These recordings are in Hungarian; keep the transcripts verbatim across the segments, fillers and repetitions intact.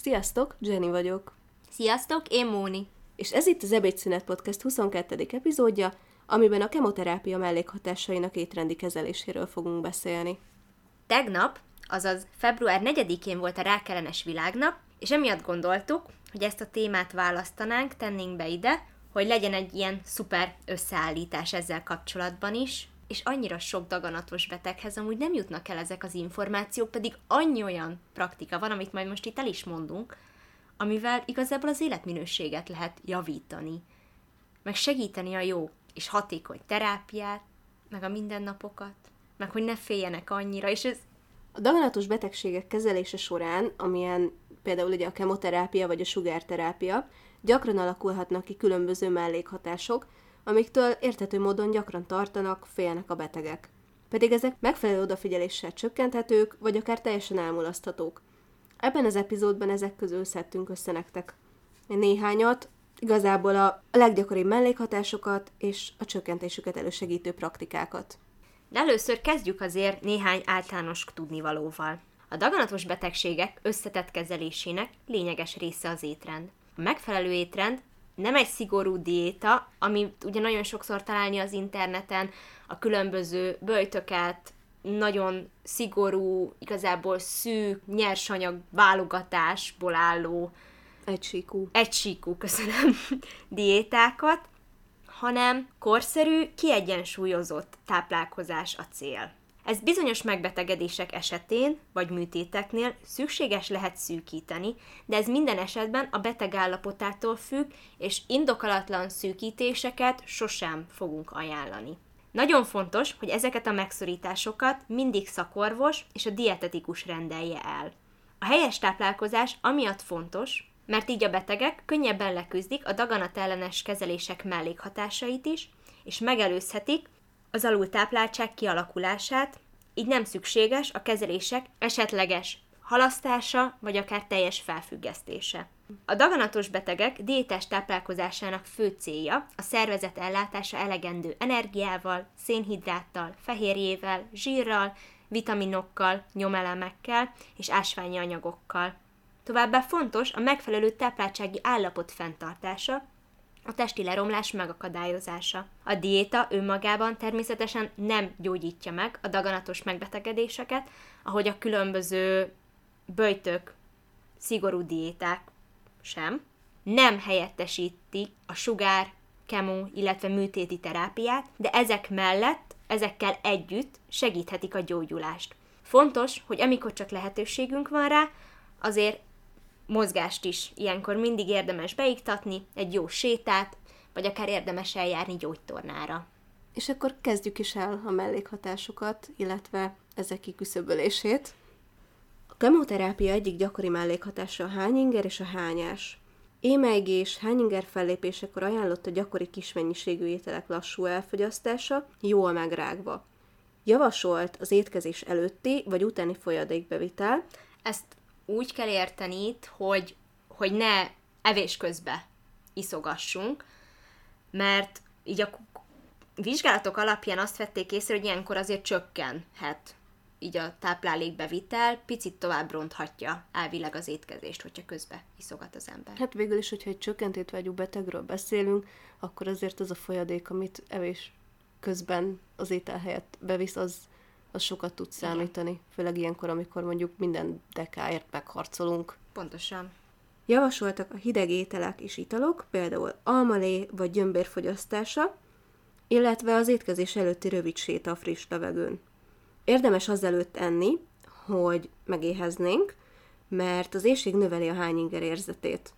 Sziasztok, Jenny vagyok. Sziasztok, én Móni. És ez itt az Ebédszünet Podcast huszonkettedik epizódja, amiben a kemoterápia mellékhatásainak étrendi kezeléséről fogunk beszélni. Tegnap, azaz február negyedikén volt a rákellenes világnap, és emiatt gondoltuk, hogy ezt a témát választanánk, tennénk be ide, hogy legyen egy ilyen szuper összeállítás ezzel kapcsolatban is, és annyira sok daganatos beteghez amúgy nem jutnak el ezek az információk, pedig annyi olyan praktika van, amit majd most itt el is mondunk, amivel igazából az életminőséget lehet javítani, meg segíteni a jó és hatékony terápiát, meg a mindennapokat, meg hogy ne féljenek annyira, és ez... A daganatos betegségek kezelése során, amilyen például ugye a kemoterápia vagy a sugárterápia, gyakran alakulhatnak ki különböző mellékhatások, amiktől érthető módon gyakran tartanak, félnek a betegek. Pedig ezek megfelelő odafigyeléssel csökkenthetők, vagy akár teljesen elmulaszthatók. Ebben az epizódban ezek közül szedtünk össze nektek néhányat, igazából a leggyakoribb mellékhatásokat és a csökkentésüket elősegítő praktikákat. De először kezdjük azért néhány általános tudnivalóval. A daganatos betegségek összetett kezelésének lényeges része az étrend. A megfelelő étrend nem egy szigorú diéta, amit ugye nagyon sokszor találni az interneten, a különböző böjtöket, nagyon szigorú, igazából szűk, nyersanyag válogatásból álló egysíkú, egysíkú, köszönöm, diétákat, hanem korszerű, kiegyensúlyozott táplálkozás a cél. Ez bizonyos megbetegedések esetén, vagy műtéteknél szükséges lehet szűkíteni, de ez minden esetben a beteg állapotától függ, és indokolatlan szűkítéseket sosem fogunk ajánlani. Nagyon fontos, hogy ezeket a megszorításokat mindig szakorvos és a dietetikus rendelje el. A helyes táplálkozás amiatt fontos, mert így a betegek könnyebben leküzdik a daganatellenes kezelések mellékhatásait is, és megelőzhetik az alultápláltság kialakulását, így nem szükséges a kezelések esetleges halasztása, vagy akár teljes felfüggesztése. A daganatos betegek diétás táplálkozásának fő célja a szervezet ellátása elegendő energiával, szénhidráttal, fehérjével, zsírral, vitaminokkal, nyomelemekkel és ásványi anyagokkal. Továbbá fontos a megfelelő tápláltsági állapot fenntartása, a testi leromlás megakadályozása. A diéta önmagában természetesen nem gyógyítja meg a daganatos megbetegedéseket, ahogy a különböző böjtök, szigorú diéták sem. Nem helyettesíti a sugár, kemó, illetve műtéti terápiát, de ezek mellett, ezekkel együtt segíthetik a gyógyulást. Fontos, hogy amikor csak lehetőségünk van rá, azért mozgást is ilyenkor mindig érdemes beiktatni, egy jó sétát, vagy akár érdemes eljárni gyógytornára. És akkor kezdjük is el a mellékhatásokat, illetve ezek kiküszöbölését. A kemoterápia egyik gyakori mellékhatása a hányinger és a hányás. Émelygés, hányinger fellépésekor ajánlott a gyakori kis mennyiségű ételek lassú elfogyasztása, jól megrágva. Javasolt az étkezés előtti vagy utáni folyadékbevitel. Ezt úgy kell érteni itt, hogy, hogy ne evés közben iszogassunk, mert így a vizsgálatok alapján azt vették észre, hogy ilyenkor azért csökkenhet így a táplálékbevitel, picit tovább ronthatja elvileg az étkezést, hogyha közben iszogat az ember. Hát végül is, hogyha egy csökkentét vágyú betegről beszélünk, akkor azért az a folyadék, amit evés közben az étel helyett bevisz, az az sokat tud számítani, igen. Főleg ilyenkor, amikor mondjuk minden dekáért megharcolunk. Pontosan. Javasoltak a hideg ételek és italok, például almalé vagy gyömbér fogyasztása, illetve az étkezés előtti rövid séta a friss levegőn. Érdemes azelőtt enni, hogy megéheznénk, mert az éhség növeli a hányinger érzetét.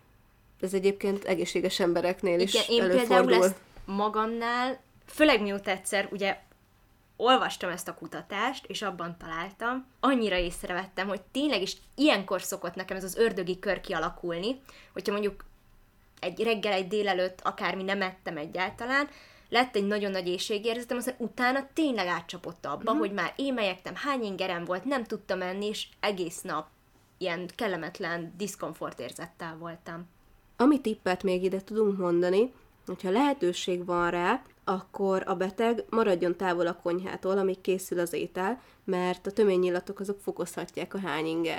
Ez egyébként egészséges embereknél is igen, én előfordul. Például ezt magamnál, főleg mióta egyszer, ugye olvastam ezt a kutatást, és abban találtam, annyira észrevettem, hogy tényleg is ilyenkor szokott nekem ez az ördögi kör kialakulni, hogyha mondjuk egy reggel, egy délelőtt akármi nem ettem egyáltalán, lett egy nagyon nagy éhségérzetem, aztán utána tényleg átcsapott abba, uh-huh. hogy már émelyektem, hány ingerem volt, nem tudtam enni, és egész nap ilyen kellemetlen diszkomfort érzettel voltam. Ami tippet még ide tudunk mondani, hogyha lehetőség van rá, akkor a beteg maradjon távol a konyhától, amíg készül az étel, mert a töményillatok azok fokozhatják a hányingert.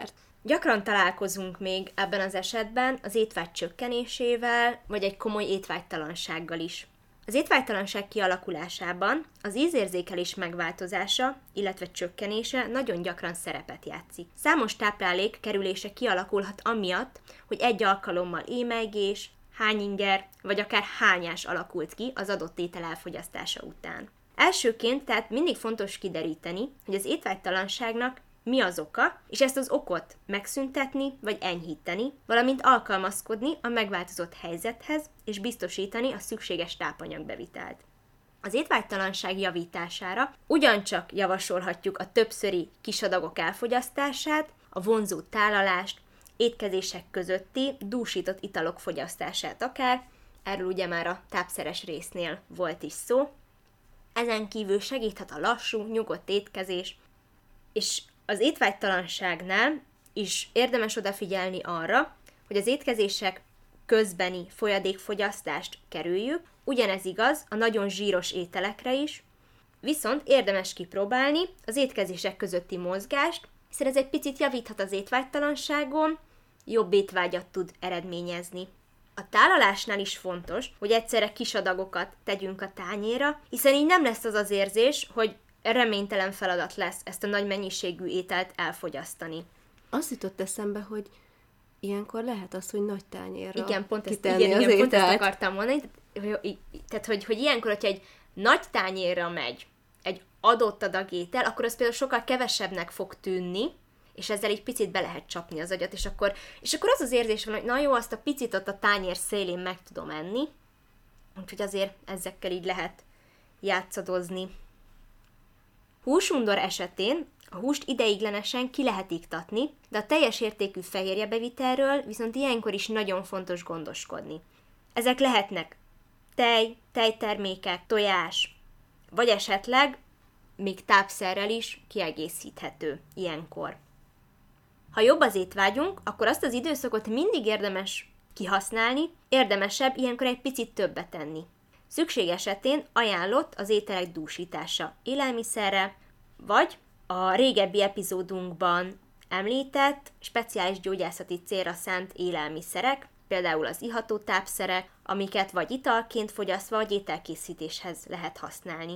Gyakran találkozunk még ebben az esetben az étvágy csökkenésével, vagy egy komoly étvágytalansággal is. Az étvágytalanság kialakulásában az ízérzékelés megváltozása, illetve csökkenése nagyon gyakran szerepet játszik. Számos táplálék kerülése kialakulhat amiatt, hogy egy alkalommal émelygés, hányinger, vagy akár hányás alakult ki az adott étel elfogyasztása után. Elsőként tehát mindig fontos kideríteni, hogy az étvágytalanságnak mi az oka, és ezt az okot megszüntetni vagy enyhíteni, valamint alkalmazkodni a megváltozott helyzethez, és biztosítani a szükséges tápanyagbevitelt. Az étvágytalanság javítására ugyancsak javasolhatjuk a többszöri kisadagok elfogyasztását, a vonzó tálalást, étkezések közötti dúsított italok fogyasztását akár, erről ugye már a tápszeres résznél volt is szó. Ezen kívül segíthet a lassú, nyugodt étkezés, és az étvágytalanságnál is érdemes odafigyelni arra, hogy az étkezések közbeni folyadékfogyasztást kerüljük, ugyanez igaz a nagyon zsíros ételekre is, viszont érdemes kipróbálni az étkezések közötti mozgást, hiszen ez egy picit javíthat az étvágytalanságon, jobb étvágyat tud eredményezni. A tálalásnál is fontos, hogy egyszerre kis adagokat tegyünk a tányérra, hiszen így nem lesz az az érzés, hogy reménytelen feladat lesz ezt a nagy mennyiségű ételt elfogyasztani. Azt jutott eszembe, hogy ilyenkor lehet az, hogy nagy tányérra igen, pont ezt, kitenni igen, az igen, pont ezt ételt. akartam mondani. Tehát, hogy, hogy ilyenkor, hogyha egy nagy tányérra megy egy adott adag étel, akkor az például sokkal kevesebbnek fog tűnni, és ezzel egy picit be lehet csapni az agyat, és akkor, és akkor az az érzés van, hogy na jó, azt a picit ott a tányér szélén meg tudom enni, úgyhogy azért ezekkel így lehet játszadozni. Húsundor esetén a húst ideiglenesen ki lehet iktatni, de a teljes értékű fehérjebevitelről viszont ilyenkor is nagyon fontos gondoskodni. Ezek lehetnek tej, tejtermékek, tojás, vagy esetleg még tápszerrel is kiegészíthető ilyenkor. Ha jobb az étvágyunk, akkor azt az időszakot mindig érdemes kihasználni, érdemesebb ilyenkor egy picit többet tenni. Szükség esetén ajánlott az ételek dúsítása élelmiszerre, vagy a régebbi epizódunkban említett speciális gyógyászati célra szánt élelmiszerek, például az iható tápszerek, amiket vagy italként fogyasztva, vagy ételkészítéshez lehet használni.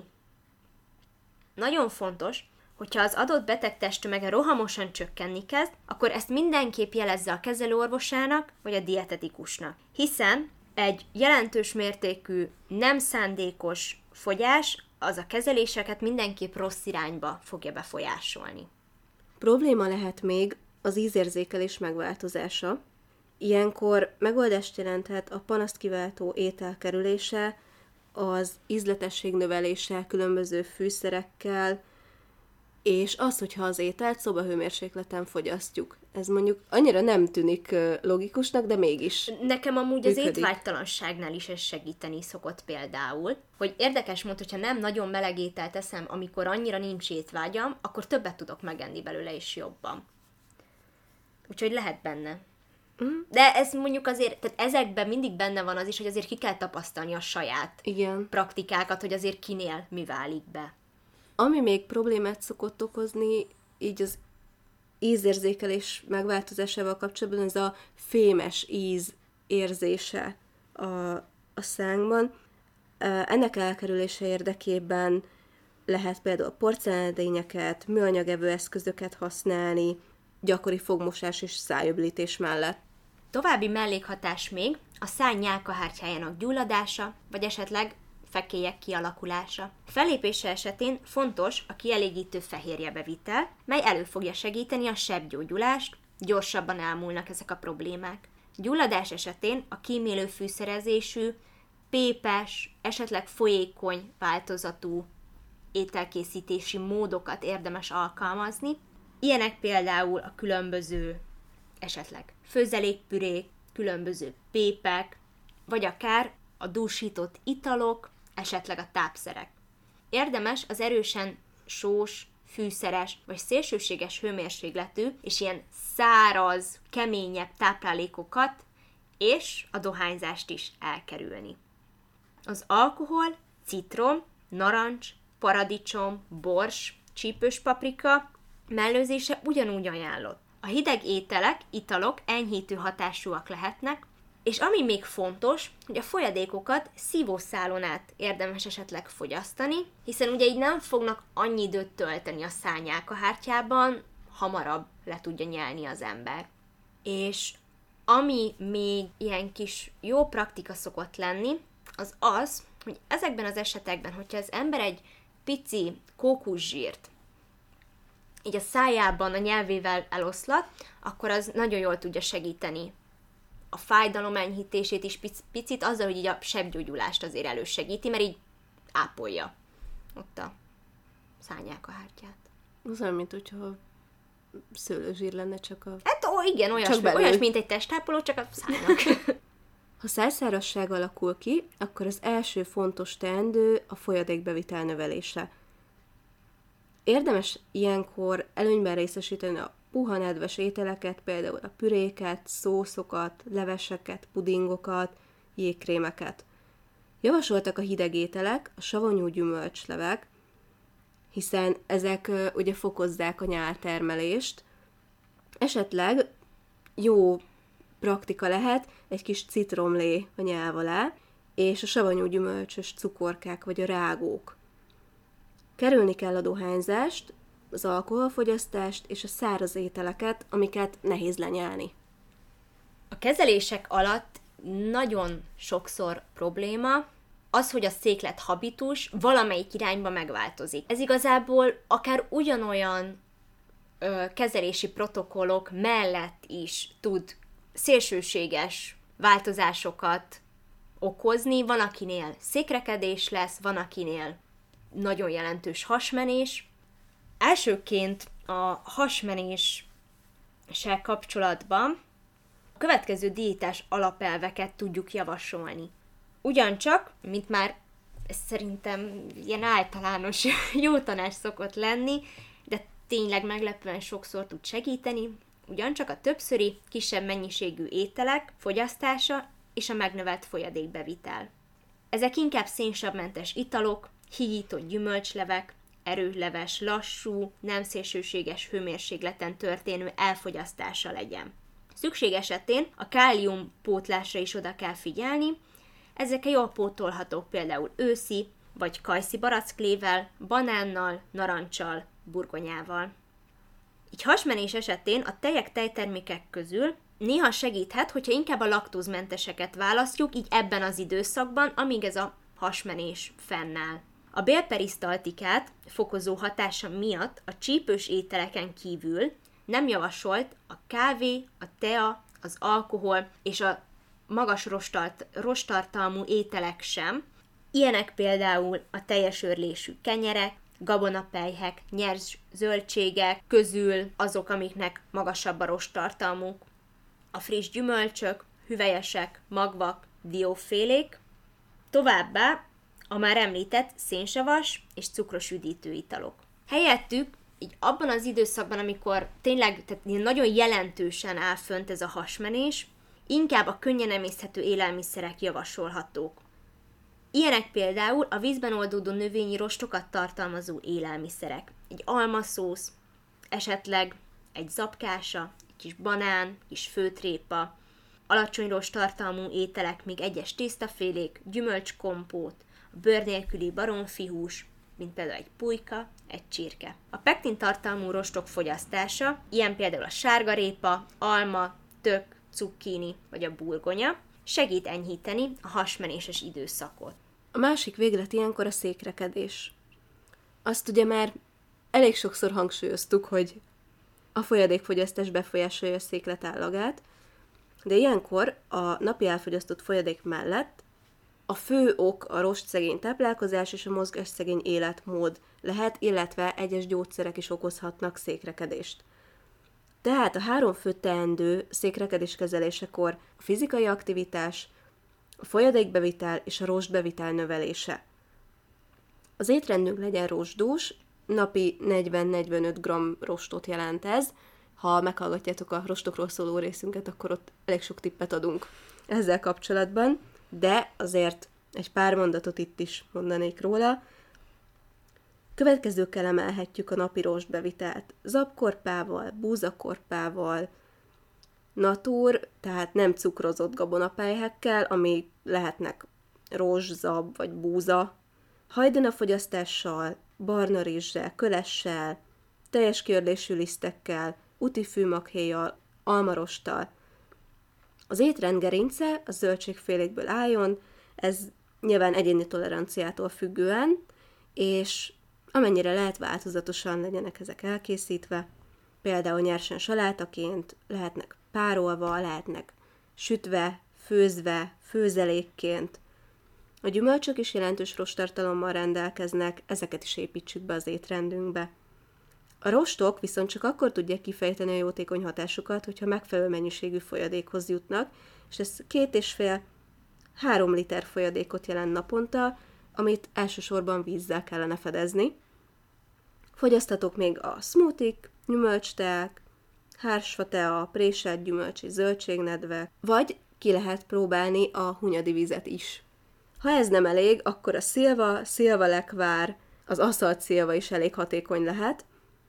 Nagyon fontos, hogyha az adott beteg testtömege rohamosan csökkenni kezd, akkor ezt mindenképp jelezze a kezelőorvosának, vagy a dietetikusnak. Hiszen egy jelentős mértékű, nem szándékos fogyás az a kezeléseket mindenképp rossz irányba fogja befolyásolni. Probléma lehet még az ízérzékelés megváltozása. Ilyenkor megoldást jelenthet a panaszt kiváltó étel kerülése, az ízletesség növelése különböző fűszerekkel, és az, hogyha az ételt szobahőmérsékleten fogyasztjuk. Ez mondjuk annyira nem tűnik logikusnak, de mégis Nekem amúgy működik. Az étvágytalanságnál is ez segíteni szokott például, hogy érdekes mód, hogyha nem nagyon meleg ételt eszem, amikor annyira nincs étvágyam, akkor többet tudok megenni belőle és jobban. Úgyhogy lehet benne. Mm. De ez mondjuk azért, tehát ezekben mindig benne van az is, hogy azért ki kell tapasztalni a saját Igen. praktikákat, hogy azért kinél mi válik be. Ami még problémát szokott okozni, így az ízérzékelés megváltozásával kapcsolatban, ez a fémes íz érzése a, a szánkban. Ennek elkerülése érdekében lehet például porcelánedényeket, műanyagevő eszközöket használni, gyakori fogmosás és szájöblítés mellett. További mellékhatás még a száj nyálkahártyájának gyulladása, vagy esetleg fekélyek kialakulása. Felépése esetén fontos a kielégítő fehérjebevitel, mely elő fogja segíteni a sebgyógyulást, gyorsabban elmúlnak ezek a problémák. Gyulladás esetén a kímélő fűszerezésű, pépes, esetleg folyékony változatú ételkészítési módokat érdemes alkalmazni. Ilyenek például a különböző esetleg főzelékpürék, különböző pépek, vagy akár a dúsított italok, esetleg a tápszerek. Érdemes az erősen sós, fűszeres vagy szélsőséges hőmérsékletű és ilyen száraz, keményebb táplálékokat és a dohányzást is elkerülni. Az alkohol, citrom, narancs, paradicsom, bors, csípős paprika mellőzése ugyanúgy ajánlott. A hideg ételek, italok enyhítő hatásúak lehetnek, és ami még fontos, hogy a folyadékokat szívószálon át érdemes esetleg fogyasztani, hiszen ugye így nem fognak annyi időt tölteni a szányálkahártyában, hamarabb le tudja nyelni az ember. És ami még ilyen kis jó praktika szokott lenni, az az, hogy ezekben az esetekben, hogyha az ember egy pici kókuszsírt így a szájában, a nyelvével eloszlat, akkor az nagyon jól tudja segíteni a fájdalom enyhítését is picit, azzal, hogy így a sebgyógyulást azért elősegíti, mert így ápolja ott a szányálkahártyát. Az olyan, mint hogyha szőlőzsír lenne, csak a... Hát ó, igen, olyas, olyas, mint egy testápoló, csak a szájnak. Ha szájszárazság alakul ki, akkor az első fontos teendő a folyadékbevitel növelése. Érdemes ilyenkor előnyben részesíteni a puha nedves ételeket, például a püréket, szószokat, leveseket, pudingokat, jégkrémeket. Javasoltak a hideg ételek, a savanyú gyümölcslevek, hiszen ezek uh, ugye fokozzák a nyáltermelést. Esetleg jó praktika lehet egy kis citromlé a nyelv alá, és a savanyú gyümölcsös cukorkák vagy a rágók. Kerülni kell a dohányzást, az alkoholfogyasztást és a száraz ételeket, amiket nehéz lenyelni. A kezelések alatt nagyon sokszor probléma az, hogy a széklet habitus valamelyik irányba megváltozik. Ez igazából akár ugyanolyan ö, kezelési protokollok mellett is tud szélsőséges változásokat okozni. Van, akinél székrekedés lesz, van, akinél nagyon jelentős hasmenés. Elsőként a hasmenéssel kapcsolatban a következő diétás alapelveket tudjuk javasolni. Ugyancsak, mint már ez szerintem ilyen általános jó tanács szokott lenni, de tényleg meglepően sokszor tud segíteni, ugyancsak a többszöri, kisebb mennyiségű ételek fogyasztása és a megnövelt folyadékbevitel. Ezek inkább szénsavmentes italok, hígított gyümölcslevek, erőleves, lassú, nem szélsőséges hőmérsékleten történő elfogyasztása legyen. Szükség esetén a kálium pótlásra is oda kell figyelni, ezek jól pótolhatók például őszi vagy kajszi baracklével, banánnal, naranccsal, burgonyával. Így hasmenés esetén a tejek, tejtermékek közül néha segíthet, hogyha inkább a laktózmenteseket választjuk, így ebben az időszakban, amíg ez a hasmenés fennáll. A bélperisztaltikát fokozó hatása miatt a csípős ételeken kívül nem javasolt a kávé, a tea, az alkohol és a magas rostart, rosttartalmú ételek sem. Ilyenek például a teljes őrlésű kenyerek, gabonapelyhek, nyers zöldségek közül azok, amiknek magasabb a rosttartalmuk, a friss gyümölcsök, hüvelyesek, magvak, diófélék, továbbá a már említett szénsavas és cukros üdítő italok. Helyettük, így abban az időszakban, amikor tényleg tehát nagyon jelentősen áll fönt ez a hasmenés, inkább a könnyen emészthető élelmiszerek javasolhatók. Ilyenek például a vízben oldódó növényi rostokat tartalmazó élelmiszerek. Egy almaszósz, esetleg egy zapkása, egy kis banán, kis főtrépa, alacsony rosttartalmú ételek, még egyes tésztafélék, gyümölcskompót, a bőr nélküli baromfihús, mint például egy pulyka, egy csirke. A pektin tartalmú rostok fogyasztása, ilyen például a sárgarépa, alma, tök, cukkini vagy a burgonya, segít enyhíteni a hasmenéses időszakot. A másik véglet ilyenkor a székrekedés. Azt ugye már elég sokszor hangsúlyoztuk, hogy a folyadékfogyasztás befolyásolja a széklet állagát, de ilyenkor a napi elfogyasztott folyadék mellett a fő ok a rostszegény táplálkozás és a mozgásszegény életmód lehet, illetve egyes gyógyszerek is okozhatnak székrekedést. Tehát a három fő teendő székrekedés kezelésekor a fizikai aktivitás, a folyadékbevitel és a rostbevitel növelése. Az étrendünk legyen rostdús, napi negyven-negyvenöt gramm rostot jelent ez. Ha meghallgatjátok a rostokról szóló részünket, akkor ott elég sok tippet adunk ezzel kapcsolatban, de azért egy pár mondatot itt is mondanék róla. Következőkkel emelhetjük a napi rostbevitelt. Zabkorpával, búzakorpával, natur, tehát nem cukrozott gabonapelyhekkel, ami lehetnek rozs, zab vagy búza, hajdenafogyasztással, barna rizssel, kölessel, teljes kiörlésű lisztekkel, utifűmakhéjjal, almarosttal. Az étrend gerince a zöldségfélékből álljon, ez nyilván egyéni toleranciától függően, és amennyire lehet változatosan legyenek ezek elkészítve. Például nyersen salátaként, lehetnek párolva, lehetnek sütve, főzve, főzelékként. A gyümölcsök is jelentős rosttartalommal rendelkeznek, ezeket is építsük be az étrendünkbe. A rostok viszont csak akkor tudják kifejteni a jótékony hatásukat, hogyha megfelelő mennyiségű folyadékhoz jutnak, és ez két és fél három liter folyadékot jelent naponta, amit elsősorban vízzel kellene fedezni. Fogyasztatok még a smoothie-k, gyümölcsteák, hársfatea, préselt gyümölcs és zöldségnedvek, vagy ki lehet próbálni a hunyadi vizet is. Ha ez nem elég, akkor a szilva, szilvalekvár, az aszalt szilva is elég hatékony lehet.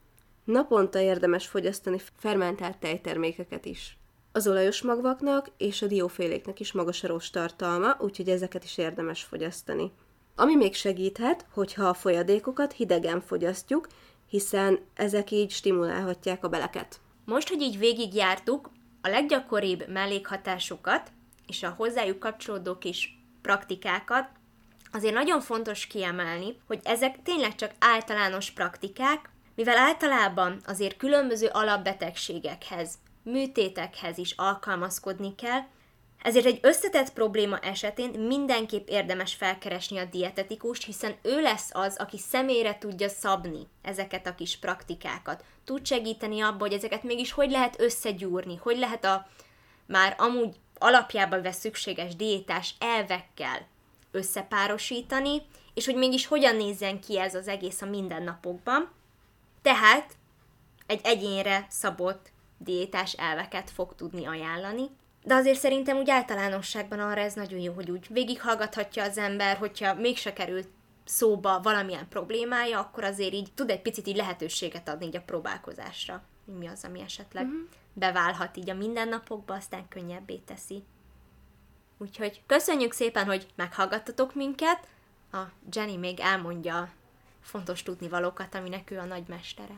Naponta érdemes fogyasztani fermentált tejtermékeket is. Az olajos magvaknak és a dióféléknek is magas a rosttartalma, úgyhogy ezeket is érdemes fogyasztani. Ami még segíthet, hogyha a folyadékokat hidegen fogyasztjuk, hiszen ezek így stimulálhatják a beleket. Most, hogy így végigjártuk a leggyakoribb mellékhatásokat és a hozzájuk kapcsolódó kis praktikákat, azért nagyon fontos kiemelni, hogy ezek tényleg csak általános praktikák, mivel általában azért különböző alapbetegségekhez, műtétekhez is alkalmazkodni kell, ezért egy összetett probléma esetén mindenképp érdemes felkeresni a dietetikust, hiszen ő lesz az, aki személyre tudja szabni ezeket a kis praktikákat. Tud segíteni abba, hogy ezeket mégis hogy lehet összegyúrni, hogy lehet a már amúgy alapjában vesz szükséges diétás elvekkel összepárosítani, és hogy mégis hogyan nézzen ki ez az egész a mindennapokban. Tehát egy egyénre szabott diétás elveket fog tudni ajánlani. De azért szerintem úgy általánosságban arra ez nagyon jó, hogy úgy végighallgathatja az ember, hogyha mégse került szóba valamilyen problémája, akkor azért így tud egy picit így lehetőséget adni így a próbálkozásra. Mi az, ami esetleg mm-hmm. beválhat így a mindennapokba, aztán könnyebbé teszi. Úgyhogy köszönjük szépen, hogy meghallgattatok minket. A Jenny még elmondja fontos tudnivalókat, aminek ő a nagymestere.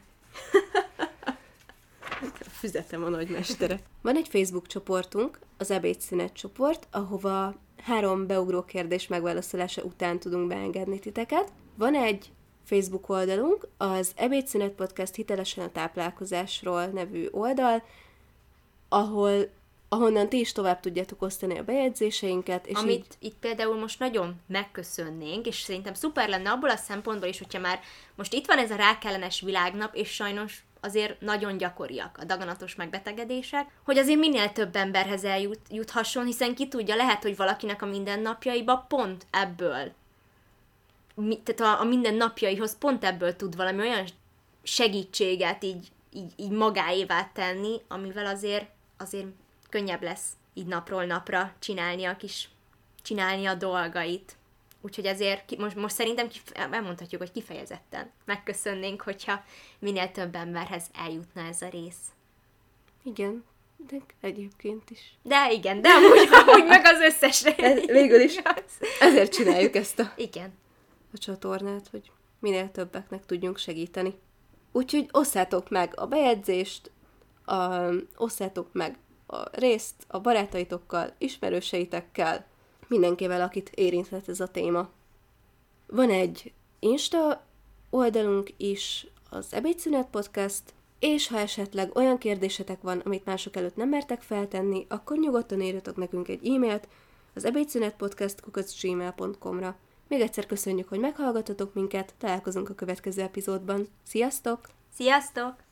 Füzetem a nagymestere. Van egy Facebook csoportunk, az Ebédszünet csoport, ahova három beugró kérdés megválaszolása után tudunk beengedni titeket. Van egy Facebook oldalunk, az Ebédszünet Podcast hitelesen a táplálkozásról nevű oldal, ahol ahonnan ti is tovább tudjátok osztani a bejegyzéseinket. És Amit így... itt például most nagyon megköszönnénk, és szerintem szuper lenne abból a szempontból is, hogyha már most itt van ez a rákellenes világnap, és sajnos azért nagyon gyakoriak a daganatos megbetegedések, hogy azért minél több emberhez eljuthasson, hiszen ki tudja, lehet, hogy valakinek a mindennapjaiba pont ebből, mi, tehát a, a mindennapjaihoz pont ebből tud valami olyan segítséget így, így, így magáévá tenni, amivel azért, azért könnyebb lesz így napról napra csinálni a kis, csinálni a dolgait. Úgyhogy ezért most, most szerintem kif- elmondhatjuk, hogy kifejezetten megköszönnénk, hogyha minél több emberhez eljutna ez a rész. Igen, de egyébként is. De igen, de amúgy, amúgy meg az összesre. Ez, végül is ezért csináljuk ezt a, igen. a csatornát, hogy minél többeknek tudjunk segíteni. Úgyhogy osszátok meg a bejegyzést, a, osszátok meg a részt a barátaitokkal, ismerőseitekkel, mindenkivel, akit érintett ez a téma. Van egy Insta oldalunk is, az Ebédszünet Podcast, és ha esetleg olyan kérdésetek van, amit mások előtt nem mertek feltenni, akkor nyugodtan írjatok nekünk egy e-mailt az ebédszünetpodcast kukac gmail pont com-ra. Még egyszer köszönjük, hogy meghallgattatok minket, találkozunk a következő epizódban. Sziasztok! Sziasztok!